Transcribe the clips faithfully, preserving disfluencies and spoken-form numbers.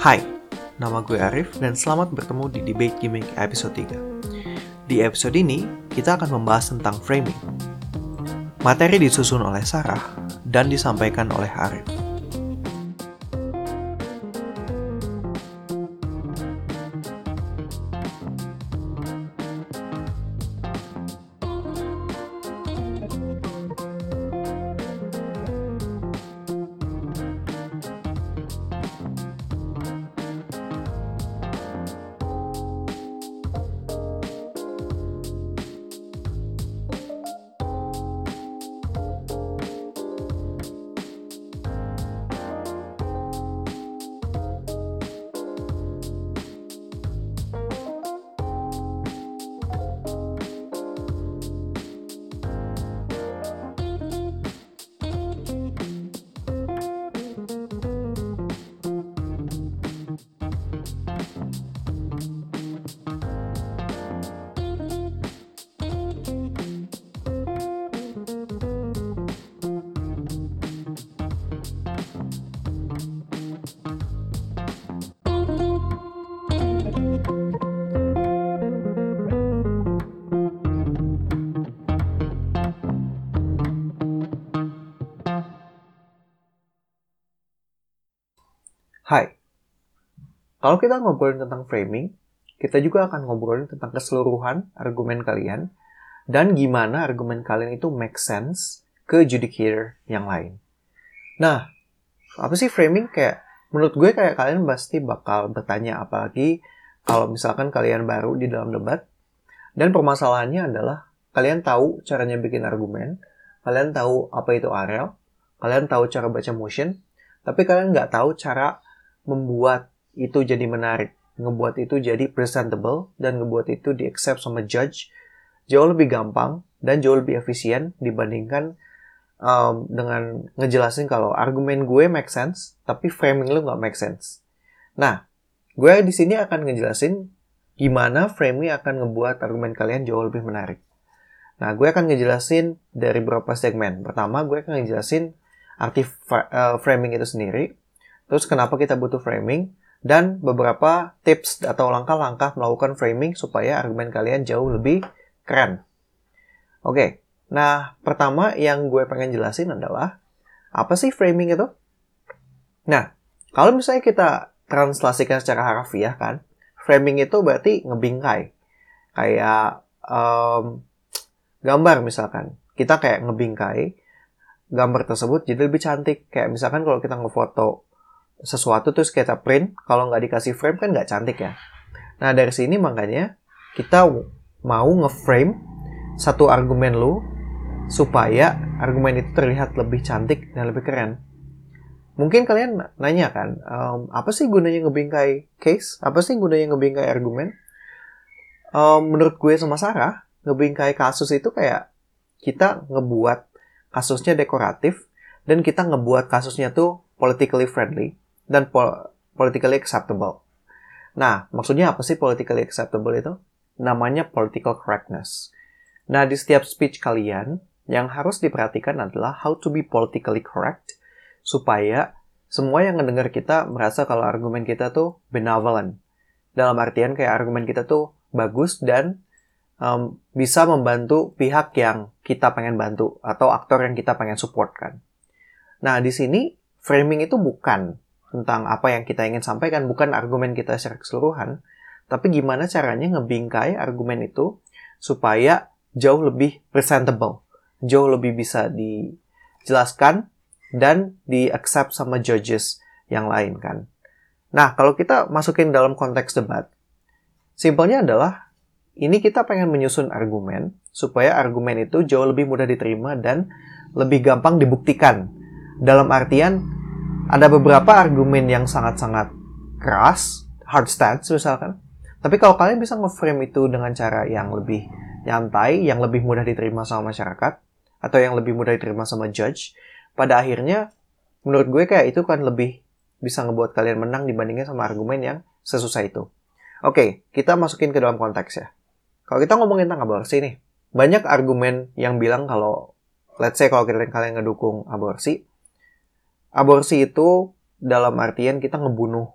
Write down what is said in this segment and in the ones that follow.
Hai, nama gue Arif dan selamat bertemu di Debate Gimmick episode tiga. Di episode ini, kita akan membahas tentang framing. Materi disusun oleh Sarah dan disampaikan oleh Arif. Hai, kalau kita ngobrolin tentang framing, kita juga akan ngobrolin tentang keseluruhan argumen kalian dan gimana argumen kalian itu make sense ke judicator yang lain. Nah, apa sih framing? Kayak menurut gue kayak kalian pasti bakal bertanya, apalagi kalau misalkan kalian baru di dalam debat dan permasalahannya adalah kalian tahu caranya bikin argumen, kalian tahu apa itu A R L, kalian tahu cara baca motion, tapi kalian nggak tahu cara membuat itu jadi menarik, ngebuat itu jadi presentable, dan ngebuat itu di-accept sama judge jauh lebih gampang dan jauh lebih efisien dibandingkan um, dengan ngejelasin kalau argumen gue make sense, tapi framing lu nggak make sense. Nah, gue di sini akan ngejelasin gimana framing akan ngebuat argumen kalian jauh lebih menarik. Nah, gue akan ngejelasin dari beberapa segmen. Pertama, gue akan ngejelasin arti fra- uh, framing itu sendiri, terus kenapa kita butuh framing, dan beberapa tips atau langkah-langkah melakukan framing supaya argumen kalian jauh lebih keren. Oke, nah pertama yang gue pengen jelasin adalah, apa sih framing itu? Nah, kalau misalnya kita translasikan secara harfiah kan, framing itu berarti ngebingkai. Kayak um, gambar misalkan, kita kayak ngebingkai gambar tersebut jadi lebih cantik. Kayak misalkan kalau kita ngefoto sesuatu terus kita print, kalau nggak dikasih frame kan nggak cantik ya. Nah dari sini makanya kita mau nge-frame satu argumen lu supaya argumen itu terlihat lebih cantik dan lebih keren. Mungkin kalian nanya kan, um, apa sih gunanya ngebingkai case? Apa sih gunanya ngebingkai argumen? Um, menurut gue sama Sarah, ngebingkai kasus itu kayak kita ngebuat kasusnya dekoratif dan kita ngebuat kasusnya tuh politically friendly dan pol- politically acceptable. Nah, maksudnya apa sih politically acceptable itu? Namanya political correctness. Nah, di setiap speech kalian, yang harus diperhatikan adalah how to be politically correct, supaya semua yang ngedengar kita merasa kalau argumen kita tuh benevolent. Dalam artian kayak argumen kita tuh bagus dan um, bisa membantu pihak yang kita pengen bantu, atau aktor yang kita pengen support kan. Nah, di sini framing itu bukan tentang apa yang kita ingin sampaikan, bukan argumen kita secara keseluruhan, tapi gimana caranya ngebingkai argumen itu supaya jauh lebih presentable, jauh lebih bisa dijelaskan dan di-accept sama judges yang lain kan. Nah, kalau kita masukin dalam konteks debat, simpelnya adalah ini kita pengen menyusun argumen supaya argumen itu jauh lebih mudah diterima dan lebih gampang dibuktikan. Dalam artian ada beberapa argumen yang sangat-sangat keras, hard stance misalkan. Tapi kalau kalian bisa nge-frame itu dengan cara yang lebih nyantai, yang lebih mudah diterima sama masyarakat, atau yang lebih mudah diterima sama judge, pada akhirnya menurut gue kayak itu kan lebih bisa ngebuat kalian menang dibandingin sama argumen yang sesusah itu. Oke, kita masukin ke dalam konteks ya. Kalau kita ngomongin tentang aborsi nih, banyak argumen yang bilang kalau, let's say kalau kalian kalian ngedukung aborsi, aborsi itu dalam artian kita ngebunuh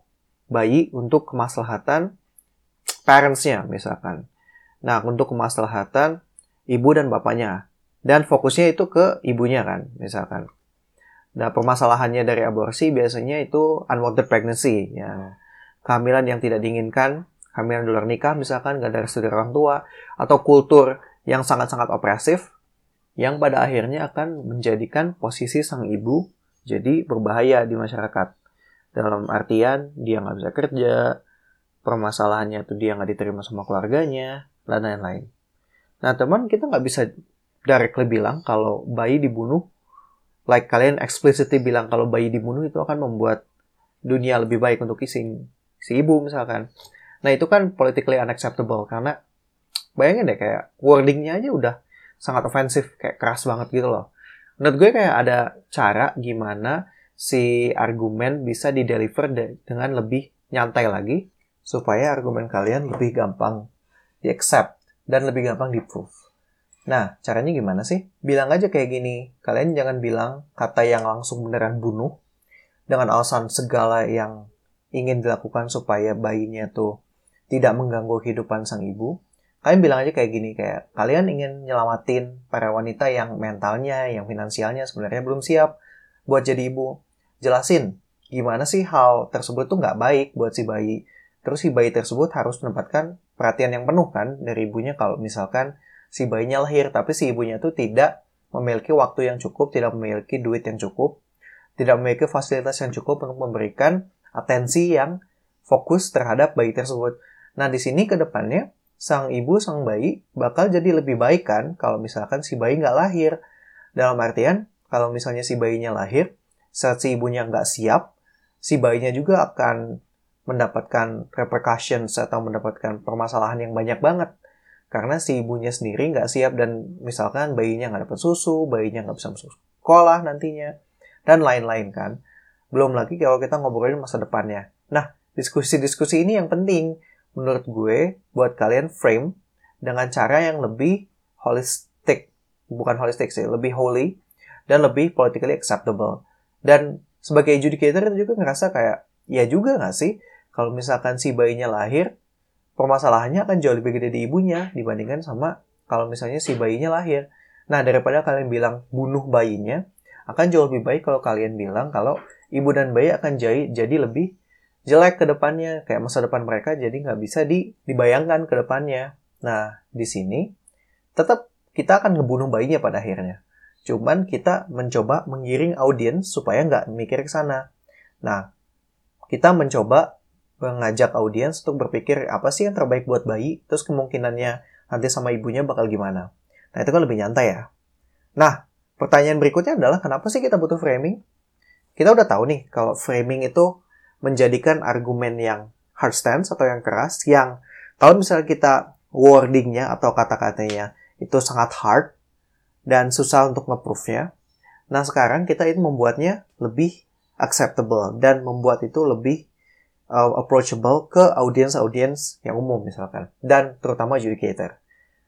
bayi untuk kemaslahatan parents-nya misalkan. Nah, untuk kemaslahatan ibu dan bapaknya. Dan fokusnya itu ke ibunya kan, misalkan. Nah, permasalahannya dari aborsi biasanya itu unwanted pregnancy. Ya. Kehamilan yang tidak diinginkan, kehamilan di luar nikah misalkan, gak dari studi orang tua, atau kultur yang sangat-sangat opresif, yang pada akhirnya akan menjadikan posisi sang ibu jadi berbahaya di masyarakat. Dalam artian, dia nggak bisa kerja, permasalahannya tuh dia nggak diterima sama keluarganya, dan lain-lain. Nah, teman, kita nggak bisa directly bilang kalau bayi dibunuh, like kalian explicitly bilang kalau bayi dibunuh itu akan membuat dunia lebih baik untuk si, si ibu misalkan. Nah, itu kan politically unacceptable, karena bayangin deh kayak wordingnya aja udah sangat ofensif, kayak keras banget gitu loh. Menurut gue kayak ada cara gimana si argumen bisa dideliver de- dengan lebih nyantai lagi, supaya argumen kalian lebih gampang di-accept dan lebih gampang di-prove. Nah, caranya gimana sih? Bilang aja kayak gini, kalian jangan bilang kata yang langsung beneran bunuh, dengan alasan segala yang ingin dilakukan supaya bayinya tuh tidak mengganggu kehidupan sang ibu. Kalian bilang aja kayak gini, kayak kalian ingin nyelamatin para wanita yang mentalnya, yang finansialnya sebenarnya belum siap buat jadi ibu. Jelasin gimana sih hal tersebut tuh nggak baik buat si bayi. Terus si bayi tersebut harus mendapatkan perhatian yang penuh kan dari ibunya kalau misalkan si bayinya lahir, tapi si ibunya tuh tidak memiliki waktu yang cukup, tidak memiliki duit yang cukup, tidak memiliki fasilitas yang cukup untuk memberikan atensi yang fokus terhadap bayi tersebut. Nah, di sini ke depannya sang ibu, sang bayi bakal jadi lebih baik kan kalau misalkan si bayi nggak lahir. Dalam artian, kalau misalnya si bayinya lahir, saat si ibunya nggak siap, si bayinya juga akan mendapatkan repercussions atau mendapatkan permasalahan yang banyak banget. Karena si ibunya sendiri nggak siap dan misalkan bayinya nggak dapat susu, bayinya nggak bisa masuk sekolah nantinya, dan lain-lain kan. Belum lagi kalau kita ngobrolin masa depannya. Nah, diskusi-diskusi ini yang penting menurut gue buat kalian frame dengan cara yang lebih holistic, bukan holistic sih, lebih holy dan lebih politically acceptable. Dan sebagai adjudicator itu juga ngerasa kayak, ya juga nggak sih kalau misalkan si bayinya lahir, permasalahannya akan jauh lebih gede di ibunya dibandingkan sama kalau misalnya si bayinya lahir. Nah, daripada kalian bilang bunuh bayinya, akan jauh lebih baik kalau kalian bilang kalau ibu dan bayi akan jadi, jadi lebih jelek ke depannya, kayak masa depan mereka jadi nggak bisa di, dibayangkan ke depannya. Nah, di sini tetap kita akan ngebunuh bayinya pada akhirnya. Cuman kita mencoba menggiring audiens supaya nggak mikir ke sana. Nah, kita mencoba mengajak audiens untuk berpikir apa sih yang terbaik buat bayi, terus kemungkinannya nanti sama ibunya bakal gimana. Nah, itu kan lebih nyantai ya. Nah, pertanyaan berikutnya adalah kenapa sih kita butuh framing? Kita udah tahu nih kalau framing itu menjadikan argumen yang hard stance atau yang keras, yang kalau misalnya kita wordingnya atau kata-katanya itu sangat hard dan susah untuk nge-proof-nya. Nah, sekarang kita itu membuatnya lebih acceptable dan membuat itu lebih uh, approachable ke audiens-audiens yang umum misalkan, dan terutama adjudicator.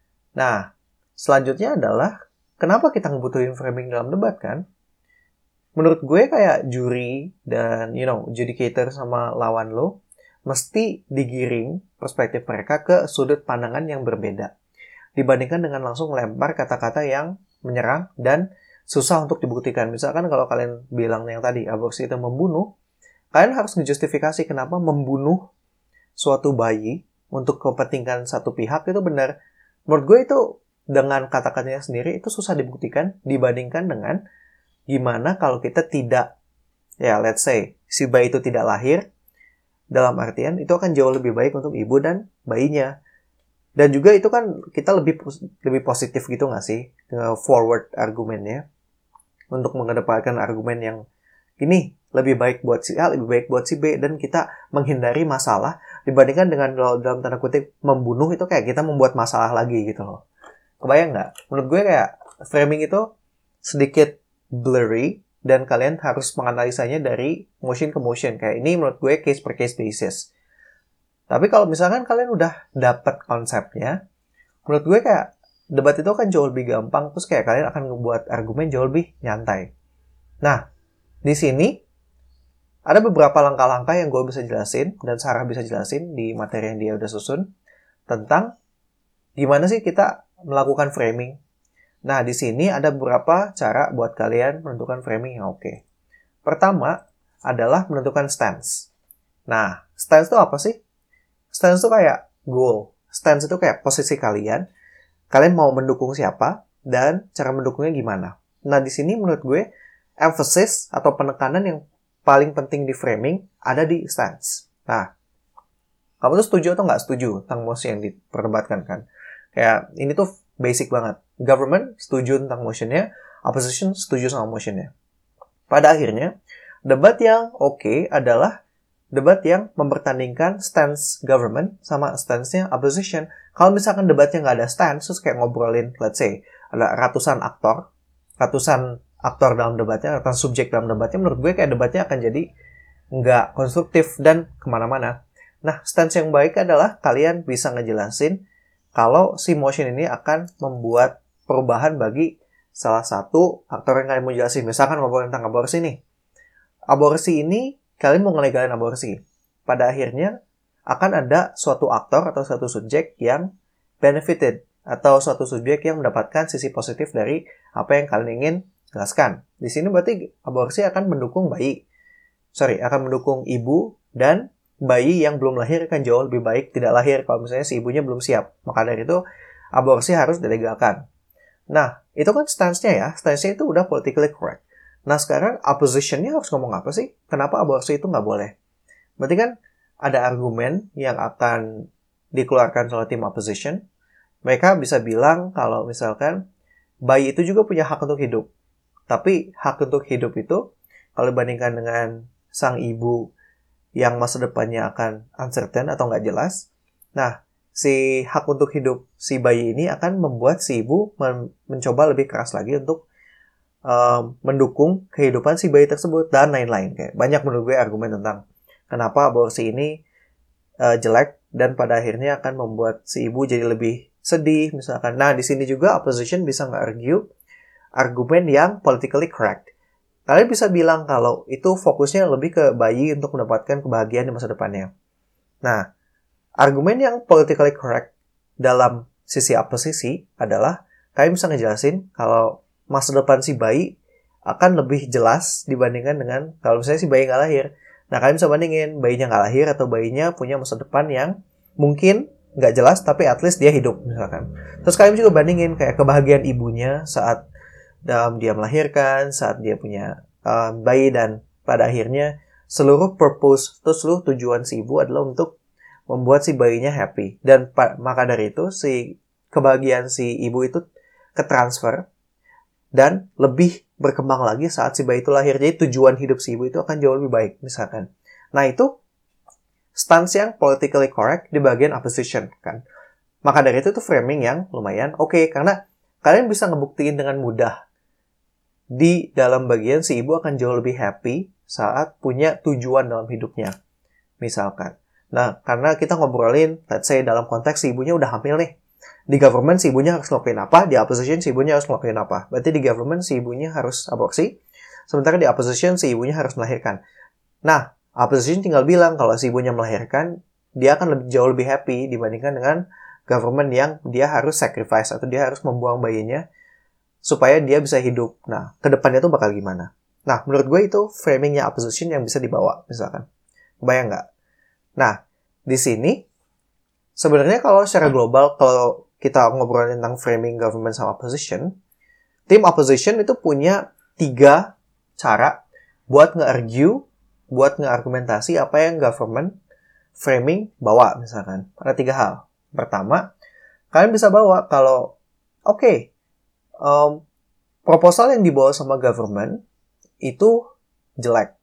Nah, selanjutnya adalah kenapa kita ngebutuhin framing dalam debat kan? Menurut gue kayak juri dan you know adjudicator sama lawan lo mesti digiring perspektif mereka ke sudut pandangan yang berbeda dibandingkan dengan langsung lempar kata-kata yang menyerang dan susah untuk dibuktikan. Misalkan kalau kalian bilang yang tadi aborsi itu membunuh, kalian harus menjustifikasi kenapa membunuh suatu bayi untuk kepentingan satu pihak itu benar. Menurut gue itu dengan kata-katanya sendiri itu susah dibuktikan dibandingkan dengan gimana kalau kita tidak, ya let's say, si bayi itu tidak lahir, dalam artian itu akan jauh lebih baik untuk ibu dan bayinya. Dan juga itu kan kita lebih lebih positif gitu nggak sih, forward argumennya, untuk mengedepankan argumen yang ini lebih baik buat si A, lebih baik buat si B, dan kita menghindari masalah dibandingkan dengan dalam tanda kutip membunuh itu kayak kita membuat masalah lagi gitu loh. Kebayang nggak? Menurut gue kayak framing itu sedikit blurry dan kalian harus menganalisanya dari motion ke motion. Kayak ini menurut gue case per case basis. Tapi kalau misalkan kalian udah dapat konsepnya, menurut gue kayak debat itu kan jauh lebih gampang, terus kayak kalian akan ngebuat argumen jauh lebih nyantai. Nah, di sini ada beberapa langkah-langkah yang gue bisa jelasin dan Sarah bisa jelasin di materi yang dia udah susun tentang gimana sih kita melakukan framing. Nah, di sini ada beberapa cara buat kalian menentukan framing yang oke. Pertama adalah menentukan stance. Nah, stance itu apa sih? Stance itu kayak goal. Stance itu kayak posisi kalian. Kalian mau mendukung siapa dan cara mendukungnya gimana. Nah, di sini menurut gue emphasis atau penekanan yang paling penting di framing ada di stance. Nah, kamu tuh setuju atau nggak setuju tentang motion yang diperdebatkan kan? Kayak ini tuh basic banget. Government setuju tentang motionnya, opposition setuju sama motionnya. Pada akhirnya, debat yang oke okay adalah debat yang mempertandingkan stance government sama stance-nya opposition. Kalau misalkan debatnya nggak ada stance, terus kayak ngobrolin, let's say, ada ratusan aktor, ratusan aktor dalam debatnya, ratusan subjek dalam debatnya, menurut gue kayak debatnya akan jadi nggak konstruktif dan kemana-mana. Nah, stance yang baik adalah kalian bisa ngejelasin kalau si motion ini akan membuat perubahan bagi salah satu faktor yang kalian mau jelasin. Misalkan ngobrolin tentang aborsi nih. Aborsi ini, kalian mau ngelegalin aborsi. Pada akhirnya, akan ada suatu aktor atau suatu subjek yang benefited. Atau suatu subjek yang mendapatkan sisi positif dari apa yang kalian ingin jelaskan. Di sini berarti aborsi akan mendukung bayi. Sorry, akan mendukung ibu dan bayi yang belum lahir kan jauh lebih baik tidak lahir kalau misalnya si ibunya belum siap. Maka dari itu, aborsi harus dilegalkan. Nah, itu kan stance-nya ya. Stance-nya itu udah politically correct. Nah, sekarang opposition-nya harus ngomong apa sih? Kenapa aborsi itu nggak boleh? Berarti kan ada argumen yang akan dikeluarkan oleh tim opposition. Mereka bisa bilang kalau misalkan bayi itu juga punya hak untuk hidup. Tapi hak untuk hidup itu, kalau dibandingkan dengan sang ibu yang masa depannya akan uncertain atau nggak jelas, nah, si hak untuk hidup si bayi ini akan membuat si ibu men- mencoba lebih keras lagi untuk um, mendukung kehidupan si bayi tersebut dan lain-lain. Kayak banyak menurut gue argumen tentang kenapa aborsi ini uh, jelek dan pada akhirnya akan membuat si ibu jadi lebih sedih misalkan. Nah, di sini juga opposition bisa nge-argue argumen yang politically correct. Kalian bisa bilang kalau itu fokusnya lebih ke bayi untuk mendapatkan kebahagiaan di masa depannya. Nah, argumen yang politically correct dalam sisi oposisi adalah kalian bisa ngejelasin kalau masa depan si bayi akan lebih jelas dibandingkan dengan kalau misalnya si bayi nggak lahir. Nah, kalian bisa bandingin bayinya nggak lahir atau bayinya punya masa depan yang mungkin nggak jelas tapi at least dia hidup misalkan. Terus kalian juga bandingin kayak kebahagiaan ibunya saat dalam dia melahirkan, saat dia punya uh, bayi dan pada akhirnya seluruh purpose atau seluruh tujuan si ibu adalah untuk membuat si bayinya happy. Dan pa- maka dari itu si kebahagiaan si ibu itu ketransfer dan lebih berkembang lagi saat si bayi itu lahir. Jadi tujuan hidup si ibu itu akan jauh lebih baik misalkan. Nah, itu stance yang politically correct di bagian opposition kan. Maka dari itu itu framing yang lumayan oke okay, karena kalian bisa ngebuktiin dengan mudah di dalam bagian si ibu akan jauh lebih happy saat punya tujuan dalam hidupnya. Misalkan. Nah, karena kita ngobrolin, let's say dalam konteks si ibunya udah hamil nih. Di government si ibunya harus ngelakuin apa, di opposition si ibunya harus ngelakuin apa. Berarti di government si ibunya harus aborsi, sementara di opposition si ibunya harus melahirkan. Nah, opposition tinggal bilang kalau si ibunya melahirkan, dia akan lebih, jauh lebih happy dibandingkan dengan government yang dia harus sacrifice atau dia harus membuang bayinya supaya dia bisa hidup. Nah, ke depannya tuh bakal gimana? Nah, menurut gue itu framingnya opposition yang bisa dibawa, misalkan. Kebayang nggak? Nah, di sini, sebenarnya kalau secara global, kalau kita ngobrolin tentang framing government sama opposition, tim opposition itu punya tiga cara buat nge-argue, buat nge-argumentasi apa yang government framing bawa, misalkan. Ada tiga hal. Pertama, kalian bisa bawa kalau, oke, okay, Um, proposal yang dibawa sama government itu jelek.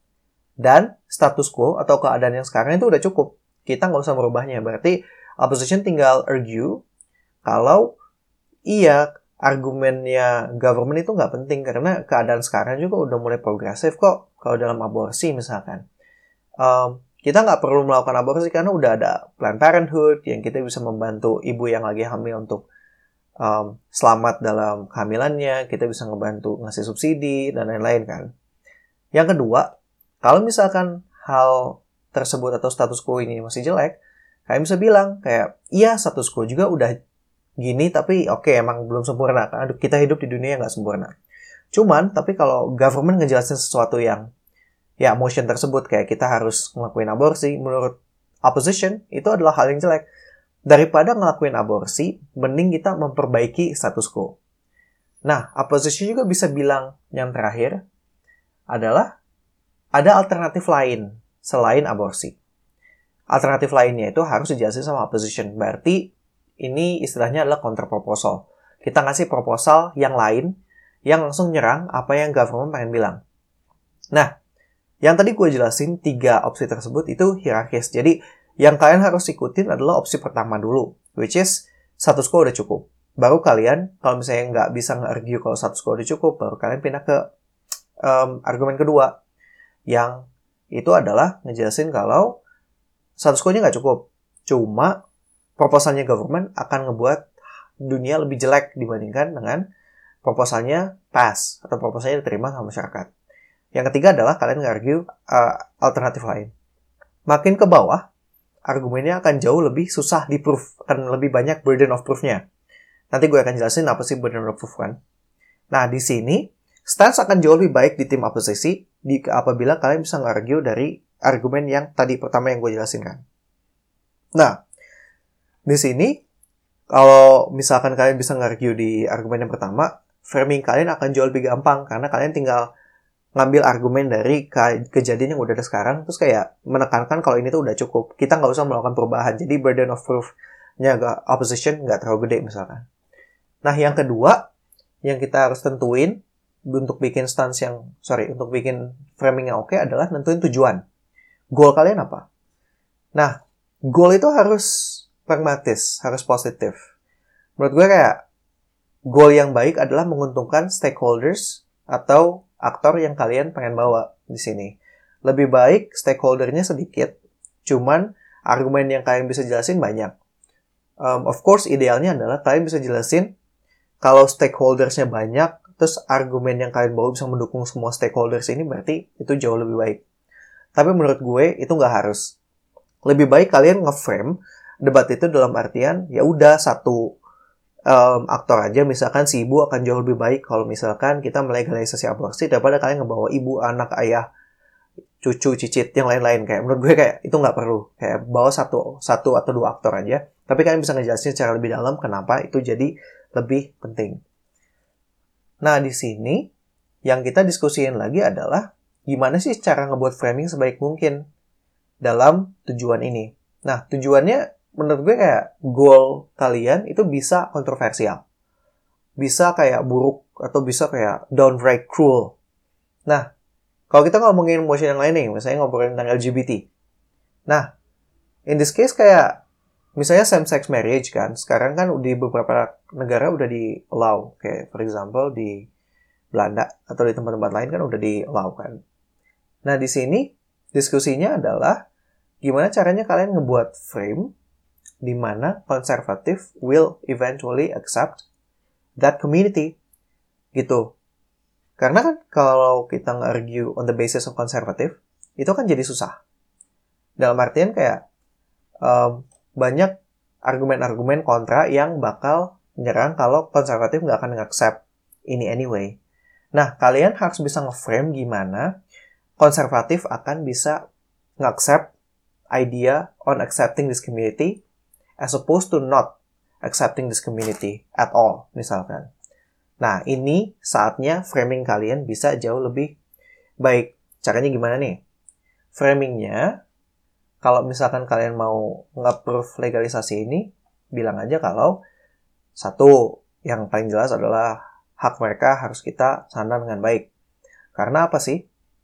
Dan status quo atau keadaan yang sekarang itu udah cukup. Kita nggak usah merubahnya. Berarti opposition tinggal argue kalau iya argumennya government itu nggak penting karena keadaan sekarang juga udah mulai progresif kok. Kalau dalam aborsi misalkan. Um, kita nggak perlu melakukan aborsi karena udah ada Planned Parenthood yang kita bisa membantu ibu yang lagi hamil untuk Um, selamat dalam kehamilannya, kita bisa ngebantu ngasih subsidi dan lain-lain kan. Yang kedua, Kalau misalkan hal tersebut atau status quo ini masih jelek, kalian bisa bilang kayak, iya status quo juga udah gini, tapi oke okay, emang belum sempurna. Karena kita hidup di dunia yang nggak sempurna. Cuman, tapi kalau government ngejelasin sesuatu yang ya motion tersebut, kayak kita harus ngelakuin aborsi, menurut opposition, itu adalah hal yang jelek. Daripada ngelakuin aborsi, mending kita memperbaiki status quo. Nah, opposition juga bisa bilang yang terakhir adalah ada alternatif lain selain aborsi. Alternatif lainnya itu harus dijelasin sama opposition. Berarti ini istilahnya adalah counter proposal. Kita ngasih proposal yang lain yang langsung nyerang apa yang government pengen bilang. Nah, yang tadi gue jelasin tiga opsi tersebut itu hierarkis. Jadi yang kalian harus ikutin adalah opsi pertama dulu, which is status quo udah cukup. Baru kalian, kalau misalnya nggak bisa nge-argue kalau status quo udah cukup, baru kalian pindah ke um, argumen kedua. Yang itu adalah ngejelasin kalau status quo-nya nggak cukup. Cuma proposalnya government akan ngebuat dunia lebih jelek dibandingkan dengan proposalnya pass atau proposalnya diterima sama masyarakat. Yang ketiga adalah kalian nge-argue uh, alternatif lain. Makin ke bawah, argumennya akan jauh lebih susah di-proof. Akan lebih banyak burden of proof-nya. Nanti gue akan jelasin apa sih burden of proof kan. Nah, di sini, stance akan jauh lebih baik di tim oposisi di, apabila kalian bisa nge-argue dari argumen yang tadi pertama yang gue jelasin kan. Nah, di sini, kalau misalkan kalian bisa nge-argue di argumen yang pertama, framing kalian akan jauh lebih gampang. Karena kalian tinggal ngambil argumen dari ke- kejadian yang udah ada sekarang, terus kayak menekankan kalau ini tuh udah cukup. Kita nggak usah melakukan perubahan. Jadi burden of proof-nya agak opposition nggak terlalu gede misalkan. Nah, yang kedua, yang kita harus tentuin untuk bikin stance yang, sorry, untuk bikin framing yang oke adalah nentuin tujuan. Goal kalian apa? Nah, goal itu harus pragmatis, harus positif. Menurut gue kayak, goal yang baik adalah menguntungkan stakeholders atau aktor yang kalian pengen bawa di sini. Lebih baik stakeholdernya sedikit, cuman argumen yang kalian bisa jelasin banyak. Um, of course, idealnya adalah kalian bisa jelasin kalau stakeholdersnya banyak, terus argumen yang kalian bawa bisa mendukung semua stakeholders ini, berarti itu jauh lebih baik. Tapi menurut gue, itu nggak harus. Lebih baik kalian nge-frame debat itu dalam artian, ya udah satu Um, aktor aja, misalkan si ibu akan jauh lebih baik kalau misalkan kita melegalisasi aborsi daripada kalian ngebawa ibu, anak, ayah, cucu, cicit, yang lain-lain. Kayak menurut gue kayak itu nggak perlu. Kayak bawa satu, satu atau dua aktor aja. Tapi kalian bisa ngejelasin secara lebih dalam kenapa itu jadi lebih penting. Nah, di sini yang kita diskusiin lagi adalah gimana sih cara ngebuat framing sebaik mungkin dalam tujuan ini. Nah, tujuannya menurut gue kayak goal kalian itu bisa kontroversial. Bisa kayak buruk atau bisa kayak downright cruel. Nah, kalau kita ngomongin motion yang lain nih, misalnya ngobrolin tentang L G B T. Nah, in this case kayak misalnya same-sex marriage kan, sekarang kan di beberapa negara udah di-allow. Kayak for example di Belanda atau di tempat-tempat lain kan udah di-allow kan. Nah, di sini diskusinya adalah gimana caranya kalian ngebuat frame di mana konservatif will eventually accept that community. Gitu. Karena kan kalau kita nge-argue on the basis of konservatif, itu kan jadi susah. Dalam artian kayak um, banyak argumen-argumen kontra yang bakal menyerang kalau konservatif nggak akan nge-accept ini anyway. Nah, kalian harus bisa nge-frame gimana konservatif akan bisa nge-accept idea on accepting this community as opposed to not accepting this community at all, misalkan. Nah, ini saatnya framing kalian bisa jauh lebih baik. Caranya gimana nih? Framingnya, kalau misalkan kalian mau nge-proof legalisasi ini, bilang aja kalau satu, yang paling jelas adalah hak mereka harus kita sandang dengan baik. Karena apa sih?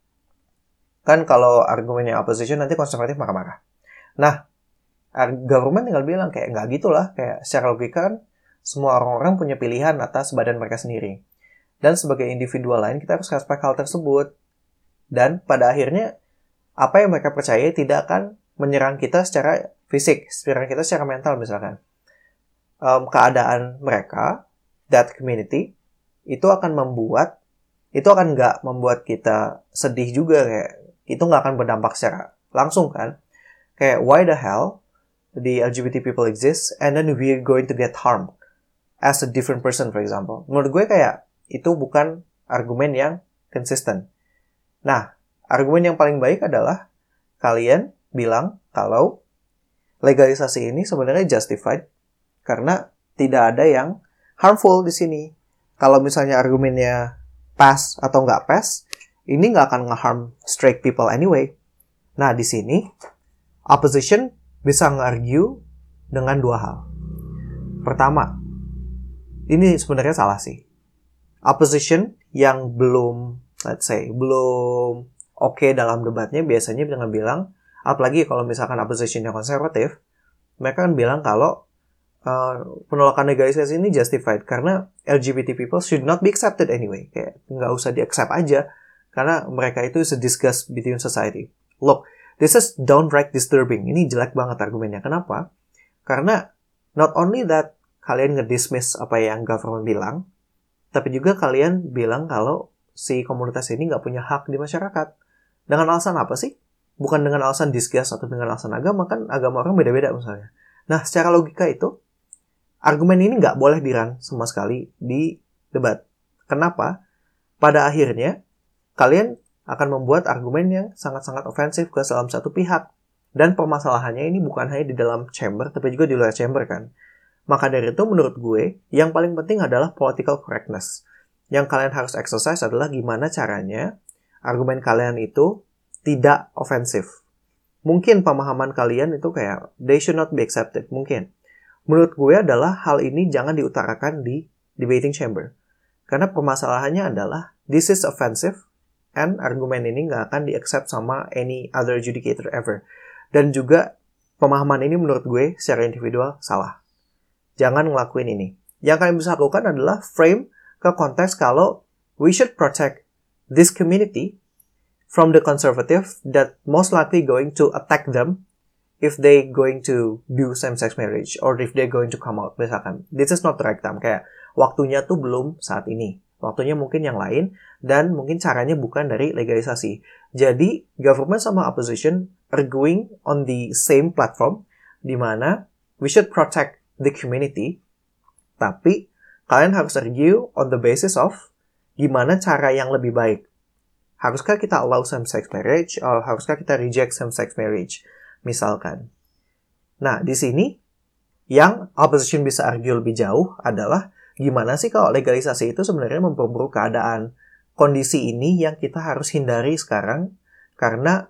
Kan kalau argumennya opposition nanti konservatif marah-marah. Nah, government tinggal bilang kayak nggak gitulah, kayak secara logika kan semua orang-orang punya pilihan atas badan mereka sendiri. Dan sebagai individual lain kita harus respect hal tersebut. Dan pada akhirnya apa yang mereka percaya tidak akan menyerang kita secara fisik, menyerang kita secara mental misalkan. Um, keadaan mereka, that community, itu akan membuat, itu akan nggak membuat kita sedih juga kayak itu nggak akan berdampak secara langsung kan. Kayak why the hell the L G B T people exist and then we're going to get harmed as a different person, for example. Menurut gue kayak itu bukan argumen yang konsisten. Nah, argumen yang paling baik adalah kalian bilang kalau legalisasi ini sebenarnya justified karena tidak ada yang harmful di sini. Kalau misalnya argumennya pass atau nggak pass, ini nggak akan nge-harm straight people anyway. Nah, di sini opposition bisa nge-argue dengan dua hal. Pertama, ini sebenarnya salah sih. Opposition yang belum, let's say, belum oke okay dalam debatnya biasanya dengan bilang, apalagi kalau misalkan opposition yang konservatif, mereka kan bilang kalau uh, penolakan legalisasi ini justified karena L G B T people should not be accepted anyway. Kayak nggak usah di-accept aja karena mereka itu is a disgust between society. Look, this is downright disturbing. Ini jelek banget argumennya. Kenapa? Karena not only that kalian nge-dismiss apa yang government bilang, tapi juga kalian bilang kalau si komunitas ini nggak punya hak di masyarakat. Dengan alasan apa sih? Bukan dengan alasan disgust atau dengan alasan agama, kan agama orang beda-beda misalnya. Nah, secara logika itu, argumen ini nggak boleh dirun sama sekali di debat. Kenapa? Pada akhirnya, kalian akan membuat argumen yang sangat-sangat ofensif ke dalam satu pihak. Dan permasalahannya ini bukan hanya di dalam chamber, tapi juga di luar chamber kan. Maka dari itu, menurut gue, yang paling penting adalah political correctness. Yang kalian harus exercise adalah gimana caranya argumen kalian itu tidak ofensif. Mungkin pemahaman kalian itu kayak they should not be accepted. Mungkin. Menurut gue adalah hal ini jangan diutarakan di debating chamber. Karena permasalahannya adalah this is offensive and argumen ini nggak akan di-accept sama any other adjudicator ever. Dan juga pemahaman ini menurut gue secara individual salah. Jangan ngelakuin ini. Yang kalian bisa lakukan adalah frame ke konteks kalau we should protect this community from the conservative that most likely going to attack them if they going to do same-sex marriage or if they going to come out. Misalkan, this is not the right time. Kayak waktunya tuh belum saat ini. Waktunya mungkin yang lain dan mungkin caranya bukan dari legalisasi. Jadi, government sama opposition arguing on the same platform di mana we should protect the community, tapi kalian harus argue on the basis of gimana cara yang lebih baik. Haruskah kita allow same-sex marriage atau haruskah kita reject same-sex marriage? Misalkan. Nah, di sini yang opposition bisa argue lebih jauh adalah gimana sih kalau legalisasi itu sebenarnya memperburuk keadaan. Kondisi ini yang kita harus hindari sekarang karena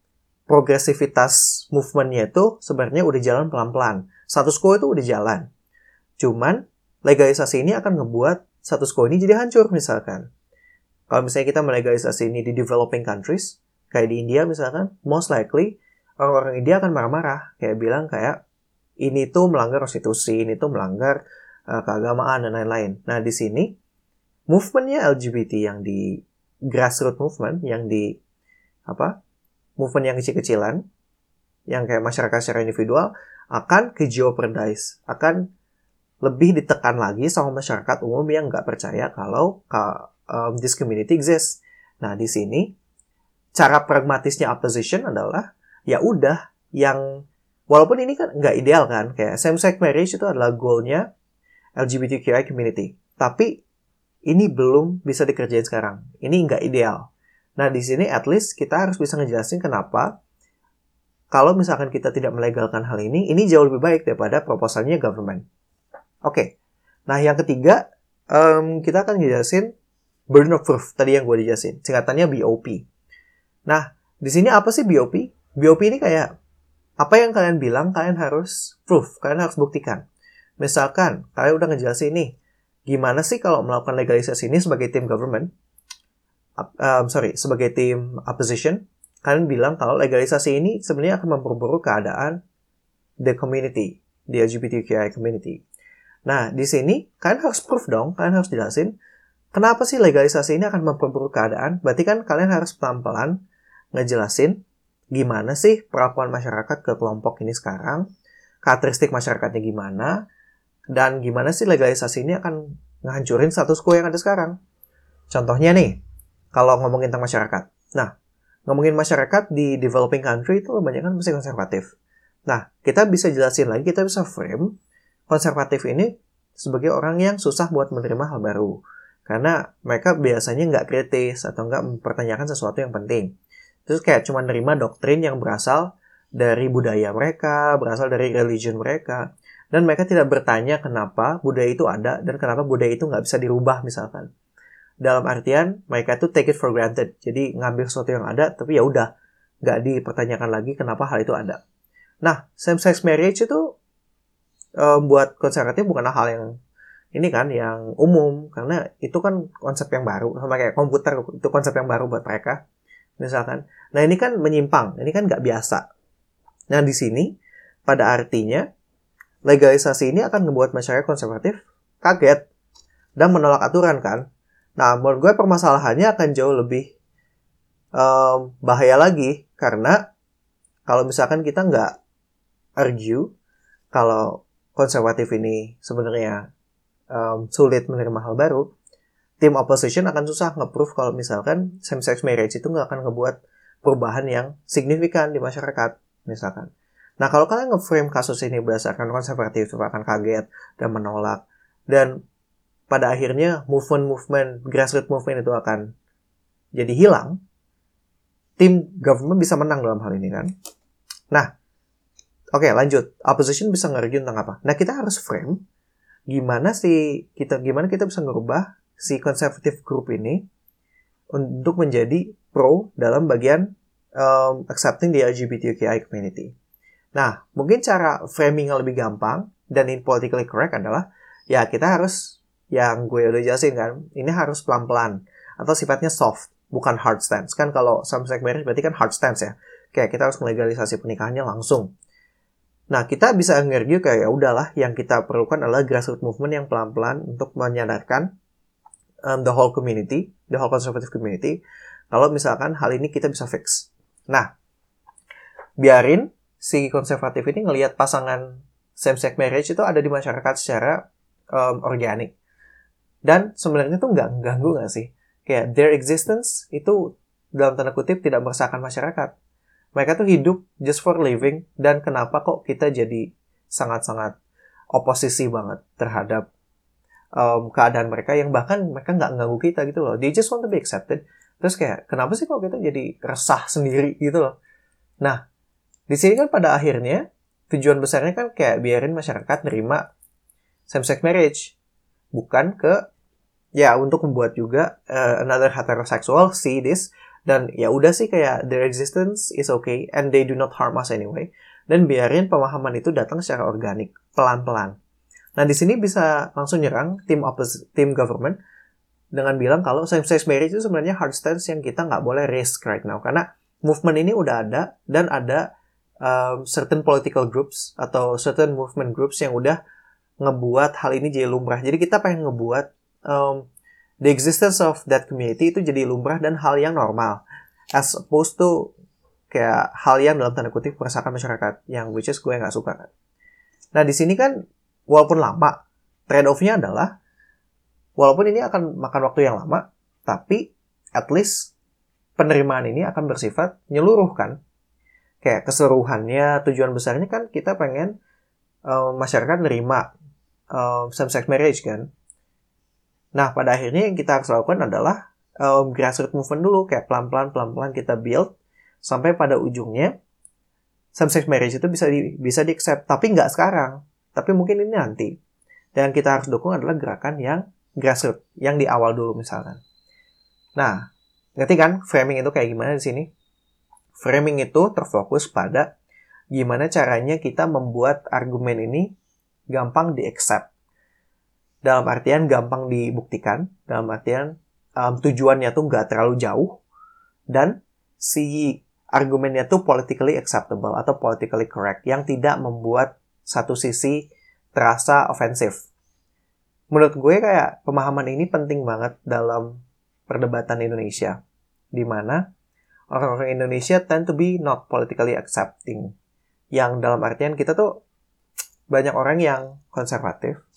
progresivitas movement-nya itu sebenarnya udah jalan pelan-pelan. Status quo itu udah jalan. Cuman legalisasi ini akan ngebuat status quo ini jadi hancur misalkan. Kalau misalnya kita melegalisasi ini di developing countries, kayak di India misalkan, most likely orang-orang India akan marah-marah. Kayak bilang kayak, ini tuh melanggar konstitusi, ini tuh melanggar uh, keagamaan, dan lain-lain. Nah, di sini, movementnya L G B T yang di grassroots movement, yang di, apa, movement yang kecil-kecilan, yang kayak masyarakat secara individual, akan ke jeopardize, akan lebih ditekan lagi sama masyarakat umum yang nggak percaya kalau Um, this community exists. Nah, di sini cara pragmatisnya opposition adalah ya udah yang walaupun ini kan nggak ideal kan, kayak same-sex marriage itu adalah goalnya L G B T Q I community, tapi ini belum bisa dikerjain sekarang. Ini nggak ideal. Nah, di sini at least kita harus bisa ngejelasin kenapa kalau misalkan kita tidak melegalkan hal ini, ini jauh lebih baik daripada proposalnya government. Oke. Okay. Nah, yang ketiga um, kita akan ngejelasin burden of proof, tadi yang gue dijelasin. Singkatannya B O P. Nah, di sini apa sih B O P? B O P ini kayak, apa yang kalian bilang, kalian harus proof, kalian harus buktikan. Misalkan, kalian udah ngejelasin nih, gimana sih kalau melakukan legalisasi ini sebagai tim government, um, sorry, sebagai tim opposition, kalian bilang kalau legalisasi ini sebenarnya akan memperburuk keadaan the community, the L G B T Q I community. Nah, di sini, kalian harus proof dong, kalian harus jelasin, kenapa sih legalisasi ini akan memperburuk keadaan? Berarti kan kalian harus pelan-pelan ngejelasin gimana sih perlakuan masyarakat ke kelompok ini sekarang, karakteristik masyarakatnya gimana, dan gimana sih legalisasi ini akan ngehancurin status quo yang ada sekarang. Contohnya nih, kalau ngomongin tentang masyarakat. Nah, ngomongin masyarakat di developing country itu banyak kan masih konservatif. Nah, kita bisa jelasin lagi, kita bisa frame konservatif ini sebagai orang yang susah buat menerima hal baru. Karena mereka biasanya nggak kritis atau nggak mempertanyakan sesuatu yang penting. Terus kayak cuma nerima doktrin yang berasal dari budaya mereka, berasal dari religion mereka. Dan mereka tidak bertanya kenapa budaya itu ada dan kenapa budaya itu nggak bisa dirubah misalkan. Dalam artian mereka itu take it for granted. Jadi ngambil sesuatu yang ada tapi ya udah nggak dipertanyakan lagi kenapa hal itu ada. Nah, same-sex marriage itu um, buat konservatif bukan hal yang ini kan yang umum, karena itu kan konsep yang baru, sama kayak komputer itu konsep yang baru buat mereka misalkan. Nah ini kan menyimpang, ini kan nggak biasa. Nah di sini pada artinya legalisasi ini akan membuat masyarakat konservatif kaget dan menolak aturan kan. Nah menurut gue permasalahannya akan jauh lebih um, bahaya lagi, karena kalau misalkan kita nggak argue kalau konservatif ini sebenarnya Um, sulit menerima hal baru, tim opposition akan susah nge-proof kalau misalkan same-sex marriage itu nggak akan ngebuat perubahan yang signifikan di masyarakat, misalkan. Nah, kalau kalian nge-frame kasus ini berdasarkan konservatif, itu akan kaget dan menolak. Dan pada akhirnya movement-movement, grassroots movement itu akan jadi hilang. Tim government bisa menang dalam hal ini kan. Nah, oke okay, lanjut. Opposition bisa nge-argue tentang apa? Nah, kita harus frame gimana sih kita gimana kita bisa ngerubah si conservative group ini untuk menjadi pro dalam bagian um, accepting the L G B T Q I community. Nah, mungkin cara framing yang lebih gampang dan in politically correct adalah ya kita harus, yang gue udah jelasin kan, ini harus pelan-pelan atau sifatnya soft, bukan hard stance. Kan kalau same-sex marriage berarti kan hard stance ya. Kayak kita harus melegalisasi pernikahannya langsung. Nah, kita bisa nge-argue kayak ya udahlah, yang kita perlukan adalah grassroots movement yang pelan-pelan untuk menyadarkan um, the whole community, the whole conservative community, kalau misalkan hal ini kita bisa fix. Nah, biarin si konservatif ini ngelihat pasangan same-sex marriage itu ada di masyarakat secara um, organik. Dan sebenarnya itu nggak mengganggu nggak sih? Kayak their existence itu dalam tanda kutip tidak meresahkan masyarakat. Mereka tuh hidup just for living, dan kenapa kok kita jadi sangat-sangat oposisi banget terhadap um, keadaan mereka yang bahkan mereka nggak ganggu kita gitu loh. They just want to be accepted. Terus kayak kenapa sih kok kita jadi resah sendiri gitu loh. Nah, di sini kan pada akhirnya tujuan besarnya kan kayak biarin masyarakat nerima same-sex marriage, bukan ke ya untuk membuat juga uh, another heterosexual see this. Dan ya udah sih kayak their existence is okay and they do not harm us anyway. Dan biarin pemahaman itu datang secara organik, pelan-pelan. Nah di sini bisa langsung nyerang tim oppos- tim government dengan bilang kalau same-sex marriage itu sebenarnya hard stance yang kita nggak boleh risk right now, karena movement ini udah ada dan ada um, certain political groups atau certain movement groups yang udah ngebuat hal ini jadi lumrah. Jadi kita pengen ngebuat um, the existence of that community itu jadi lumrah dan hal yang normal, as opposed to kayak hal yang dalam tanda kutip meresahkan masyarakat, yang which is gue nggak suka kan. Nah di sini kan walaupun lama, trade off-nya adalah walaupun ini akan makan waktu yang lama, tapi at least penerimaan ini akan bersifat menyeluruh kan. Kayak keseluruhannya, tujuan besarnya kan kita pengen um, masyarakat nerima um, same-sex marriage kan. Nah, pada akhirnya yang kita harus lakukan adalah um, grassroots movement dulu, kayak pelan-pelan, pelan-pelan kita build, sampai pada ujungnya same-sex marriage itu bisa di, bisa di-accept, tapi nggak sekarang, tapi mungkin ini nanti. Dan yang kita harus dukung adalah gerakan yang grassroots, yang di awal dulu misalkan. Nah, ngerti kan framing itu kayak gimana di sini? Framing itu terfokus pada gimana caranya kita membuat argumen ini gampang di-accept. Dalam artian gampang dibuktikan, dalam artian um, tujuannya tuh nggak terlalu jauh, dan si argumennya tuh politically acceptable atau politically correct, yang tidak membuat satu sisi terasa ofensif. Menurut gue kayak pemahaman ini penting banget dalam perdebatan Indonesia, di mana orang-orang Indonesia tend to be not politically accepting, yang dalam artian kita tuh banyak orang yang konservatif,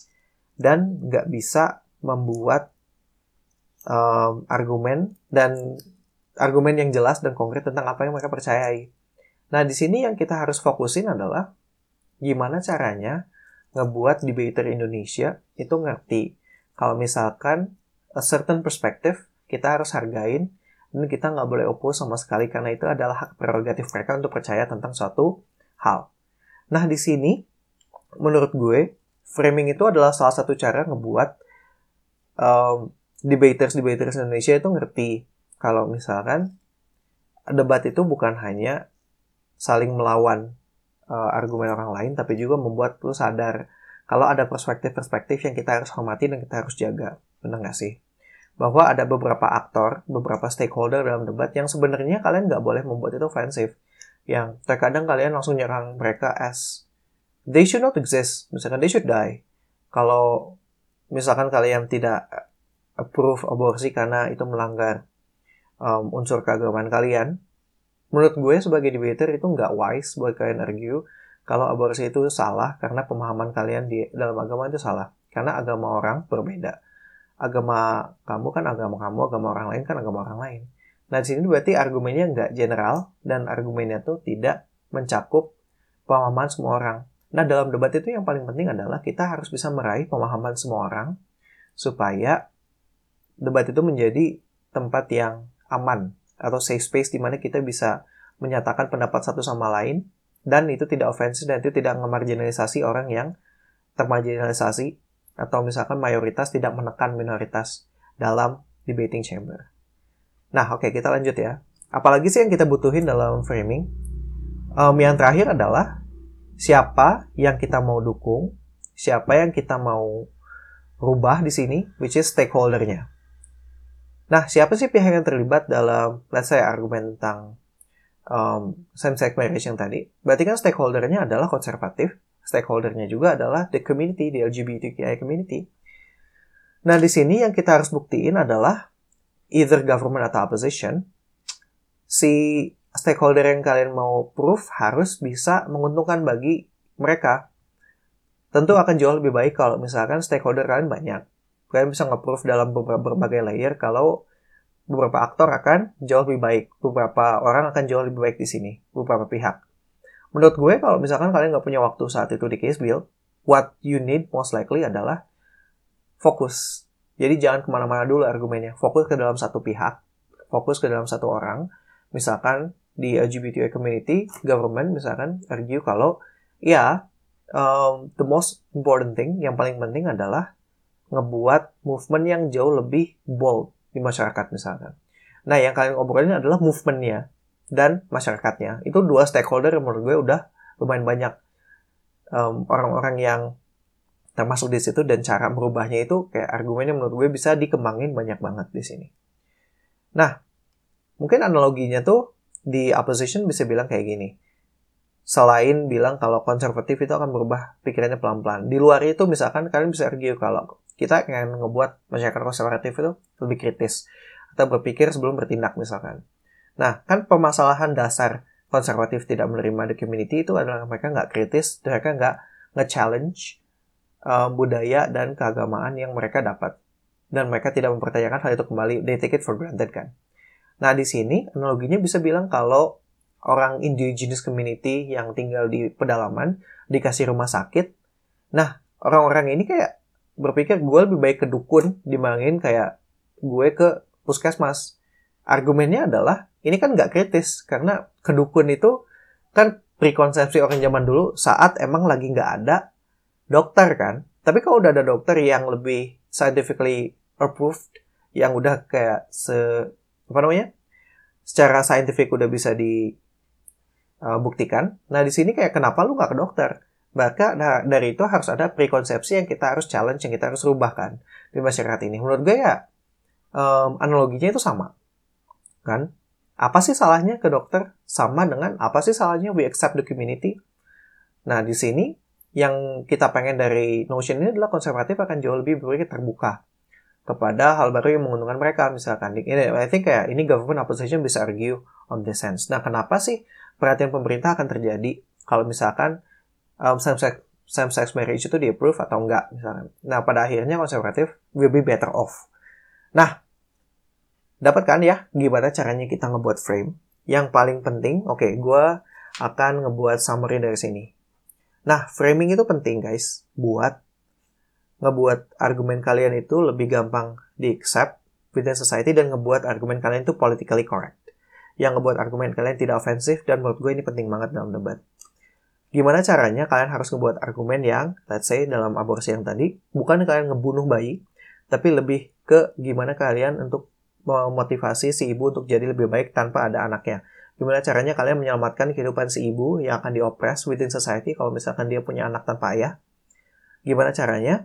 dan nggak bisa membuat um, argumen dan argumen yang jelas dan konkret tentang apa yang mereka percayai. Nah, di sini yang kita harus fokusin adalah gimana caranya ngebuat debater Indonesia itu ngerti kalau misalkan a certain perspective kita harus hargain dan kita nggak boleh oppose sama sekali karena itu adalah hak prerogatif mereka untuk percaya tentang suatu hal. Nah, di sini menurut gue framing itu adalah salah satu cara ngebuat um, debaters-debaters Indonesia itu ngerti kalau misalkan debat itu bukan hanya saling melawan uh, argumen orang lain, tapi juga membuat lu sadar kalau ada perspektif-perspektif yang kita harus hormati dan kita harus jaga. Benar nggak sih? Bahwa ada beberapa aktor, beberapa stakeholder dalam debat yang sebenarnya kalian nggak boleh membuat itu offensive. Yang terkadang kalian langsung nyerang mereka as they should not exist. Misalkan they should die. Kalau misalkan kalian tidak approve aborsi karena itu melanggar um, unsur keagamaan kalian, menurut gue sebagai debater itu nggak wise buat kalian argue kalau aborsi itu salah karena pemahaman kalian di dalam agama itu salah. Karena agama orang berbeda. Agama kamu kan agama kamu, agama orang lain kan agama orang lain. Nah, di sini berarti argumennya nggak general dan argumennya tuh tidak mencakup pemahaman semua orang. Nah, dalam debat itu yang paling penting adalah kita harus bisa meraih pemahaman semua orang supaya debat itu menjadi tempat yang aman atau safe space di mana kita bisa menyatakan pendapat satu sama lain dan itu tidak ofensif dan itu tidak memarginalisasi orang yang termarginalisasi atau misalkan mayoritas tidak menekan minoritas dalam debating chamber. Nah, oke, okay, kita lanjut ya. Apalagi sih yang kita butuhin dalam framing? Um, yang terakhir adalah siapa yang kita mau dukung, siapa yang kita mau rubah di sini, which is stakeholder-nya. Nah, siapa sih pihak yang terlibat dalam, let's say, argumen tentang um, same-sex marriage yang tadi? Berarti kan stakeholder-nya adalah konservatif, stakeholder-nya juga adalah the community, the L G B T Q I community. Nah, di sini yang kita harus buktiin adalah either government atau opposition, si stakeholder yang kalian mau proof harus bisa menguntungkan bagi mereka. Tentu akan jauh lebih baik kalau misalkan stakeholder kalian banyak. Kalian bisa nge-proof dalam berbagai layer kalau beberapa aktor akan jauh lebih baik. Beberapa orang akan jauh lebih baik di sini. Beberapa pihak. Menurut gue kalau misalkan kalian nggak punya waktu saat itu di case build, what you need most likely adalah fokus. Jadi jangan kemana-mana dulu argumennya. Fokus ke dalam satu pihak. Fokus ke dalam satu orang. Misalkan di L G B T I community, government misalkan argue kalau ya um, the most important thing, yang paling penting adalah ngebuat movement yang jauh lebih bold di masyarakat misalkan. Nah, yang kalian obrolin adalah movementnya dan masyarakatnya. Itu dua stakeholder yang menurut gue udah lumayan banyak um, orang-orang yang termasuk di situ dan cara merubahnya itu kayak argumennya menurut gue bisa dikembangin banyak banget di sini. Nah, mungkin analoginya tuh di opposition bisa bilang kayak gini. Selain bilang kalau konservatif itu akan berubah pikirannya pelan-pelan. Di luar itu misalkan kalian bisa argue kalau kita akan ngebuat masyarakat konservatif itu lebih kritis atau berpikir sebelum bertindak misalkan. Nah, kan permasalahan dasar konservatif tidak menerima the community itu adalah mereka nggak kritis, mereka nggak nge-challenge uh, budaya dan keagamaan yang mereka dapat. Dan mereka tidak mempertanyakan hal itu kembali, they take it for granted kan. Nah, di sini analoginya bisa bilang kalau orang indigenous community yang tinggal di pedalaman dikasih rumah sakit. Nah, orang-orang ini kayak berpikir gue lebih baik ke dukun dibandingin kayak gue ke puskesmas. Argumennya adalah ini kan nggak kritis karena ke dukun itu kan prekonsepsi orang zaman dulu saat emang lagi nggak ada dokter kan. Tapi kalau udah ada dokter yang lebih scientifically approved, yang udah kayak se apa namanya secara saintifik udah bisa dibuktikan. Uh, nah di sini kayak kenapa lu nggak ke dokter? Maka nah, dari itu harus ada prekonsepsi yang kita harus challenge, yang kita harus rubahkan di masyarakat ini. Menurut gue ya um, analoginya itu sama, kan? Apa sih salahnya ke dokter? Sama dengan apa sih salahnya we accept the community? Nah di sini yang kita pengen dari Notion ini adalah konservatif akan jauh lebih berpikir terbuka kepada hal baru yang menguntungkan mereka. Misalkan, ini, I think kayak ini government opposition bisa argue on this sense. Nah kenapa sih perhatian pemerintah akan terjadi kalau misalkan Um, same-sex, same-sex marriage itu di-approve atau enggak misalkan. Nah, pada akhirnya konservatif will be better off. Nah, Dapat kan ya gimana caranya kita ngebuat frame? Yang paling penting, oke, okay, gue akan ngebuat summary dari sini. Nah, framing itu penting guys, buat ngebuat argumen kalian itu lebih gampang di-accept within society dan ngebuat argumen kalian itu politically correct. Yang ngebuat argumen kalian tidak ofensif, dan menurut gue ini penting banget dalam debat. Gimana caranya kalian harus ngebuat argumen yang, let's say dalam aborsi yang tadi, bukan kalian ngebunuh bayi, tapi lebih ke gimana kalian untuk memotivasi si ibu untuk jadi lebih baik tanpa ada anaknya. Gimana caranya kalian menyelamatkan kehidupan si ibu yang akan diopres within society kalau misalkan dia punya anak tanpa ayah. Gimana caranya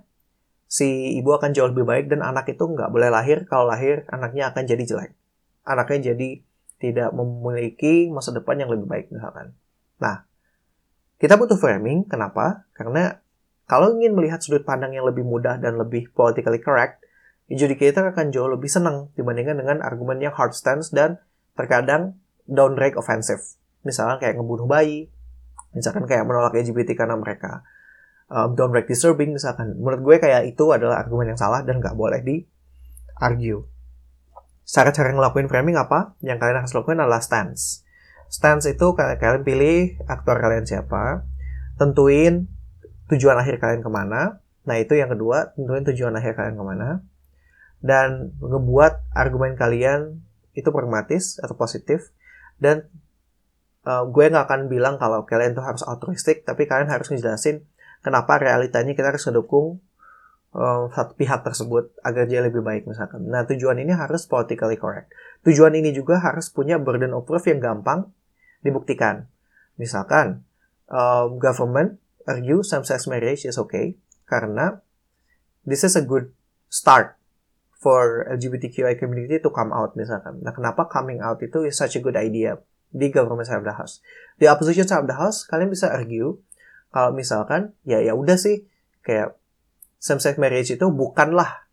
si ibu akan jauh lebih baik dan anak itu nggak boleh lahir, kalau lahir anaknya akan jadi jelek. Anaknya jadi tidak memiliki masa depan yang lebih baik misalkan. Nah, kita butuh framing, kenapa? Karena kalau ingin melihat sudut pandang yang lebih mudah dan lebih politically correct, adjudicator akan jauh lebih senang dibandingkan dengan argumen yang hard stance dan terkadang downright offensive. Misalnya kayak ngebunuh bayi, misalkan kayak menolak L G B T karena mereka um, downright disturbing misalkan. Menurut gue kayak itu adalah argumen yang salah dan nggak boleh di-argue. Cara-cara ngelakuin framing apa? Yang kalian harus lakukan adalah stance. Stance itu kalian pilih aktor kalian siapa, tentuin tujuan akhir kalian kemana. Nah itu yang kedua, tentuin tujuan akhir kalian kemana. Dan ngebuat argumen kalian itu pragmatis atau positif. Dan uh, gue gak akan bilang kalau kalian tuh harus altruistik, tapi kalian harus ngejelasin kenapa realitanya kita harus ngedukung uh, satu pihak tersebut agar dia lebih baik misalkan. Nah tujuan ini harus politically correct. Tujuan ini juga harus punya burden of proof yang gampang dibuktikan. Misalkan um, government argue same-sex marriage is okay karena this is a good start for L G B T Q I community to come out misalkan. Nah, kenapa coming out itu is such a good idea di government side of the house? Di opposition side of the house, kalian bisa argue kalau misalkan ya ya udah sih kayak same-sex marriage itu bukanlah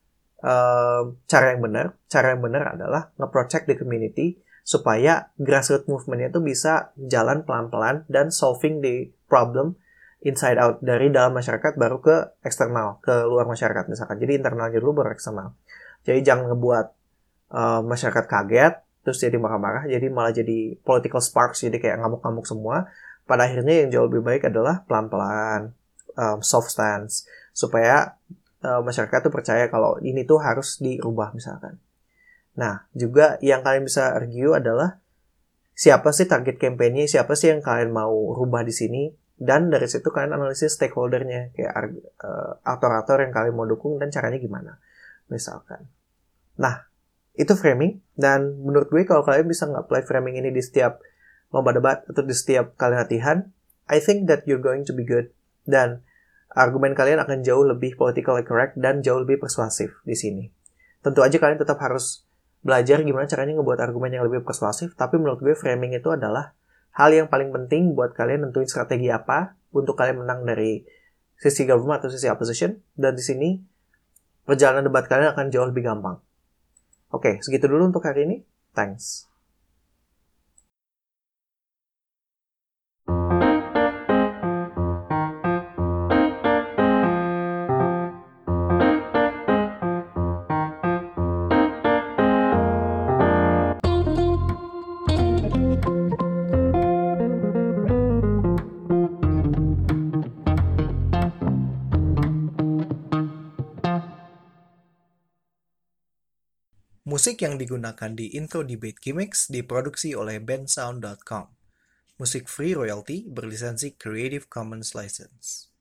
uh, cara yang benar. Cara yang benar adalah nge-protect the community supaya grassroots movement-nya itu bisa jalan pelan-pelan dan solving the problem inside out, dari dalam masyarakat baru ke eksternal, ke luar masyarakat misalkan. Jadi internalnya dulu baru eksternal. Jadi jangan ngebuat uh, masyarakat kaget, terus jadi marah-marah, jadi malah jadi political sparks, jadi kayak ngamuk-ngamuk semua. Pada akhirnya yang jauh lebih baik adalah pelan-pelan, um, soft stance, supaya uh, masyarakat tuh percaya kalau ini tuh harus dirubah misalkan. Nah, juga yang kalian bisa argue adalah siapa sih target campaign-nya, siapa sih yang kalian mau rubah di sini, dan dari situ kalian analisis stakeholder-nya, kayak uh, aktor-aktor yang kalian mau dukung dan caranya gimana, misalkan. Nah, itu framing, dan menurut gue kalau kalian bisa nge-apply framing ini di setiap lomba debat atau di setiap kalian latihan, I think that you're going to be good, dan argumen kalian akan jauh lebih politically correct dan jauh lebih persuasif di sini. Tentu aja kalian tetap harus belajar gimana caranya ngebuat argumen yang lebih persuasif, tapi menurut gue framing itu adalah hal yang paling penting buat kalian nentuin strategi apa untuk kalian menang dari sisi government atau sisi opposition, dan di sini perjalanan debat kalian akan jauh lebih gampang. Oke, segitu dulu untuk hari ini. Thanks. Musik yang digunakan di intro Debate Gimmicks diproduksi oleh bensound dot com. Musik free royalty berlisensi Creative Commons License.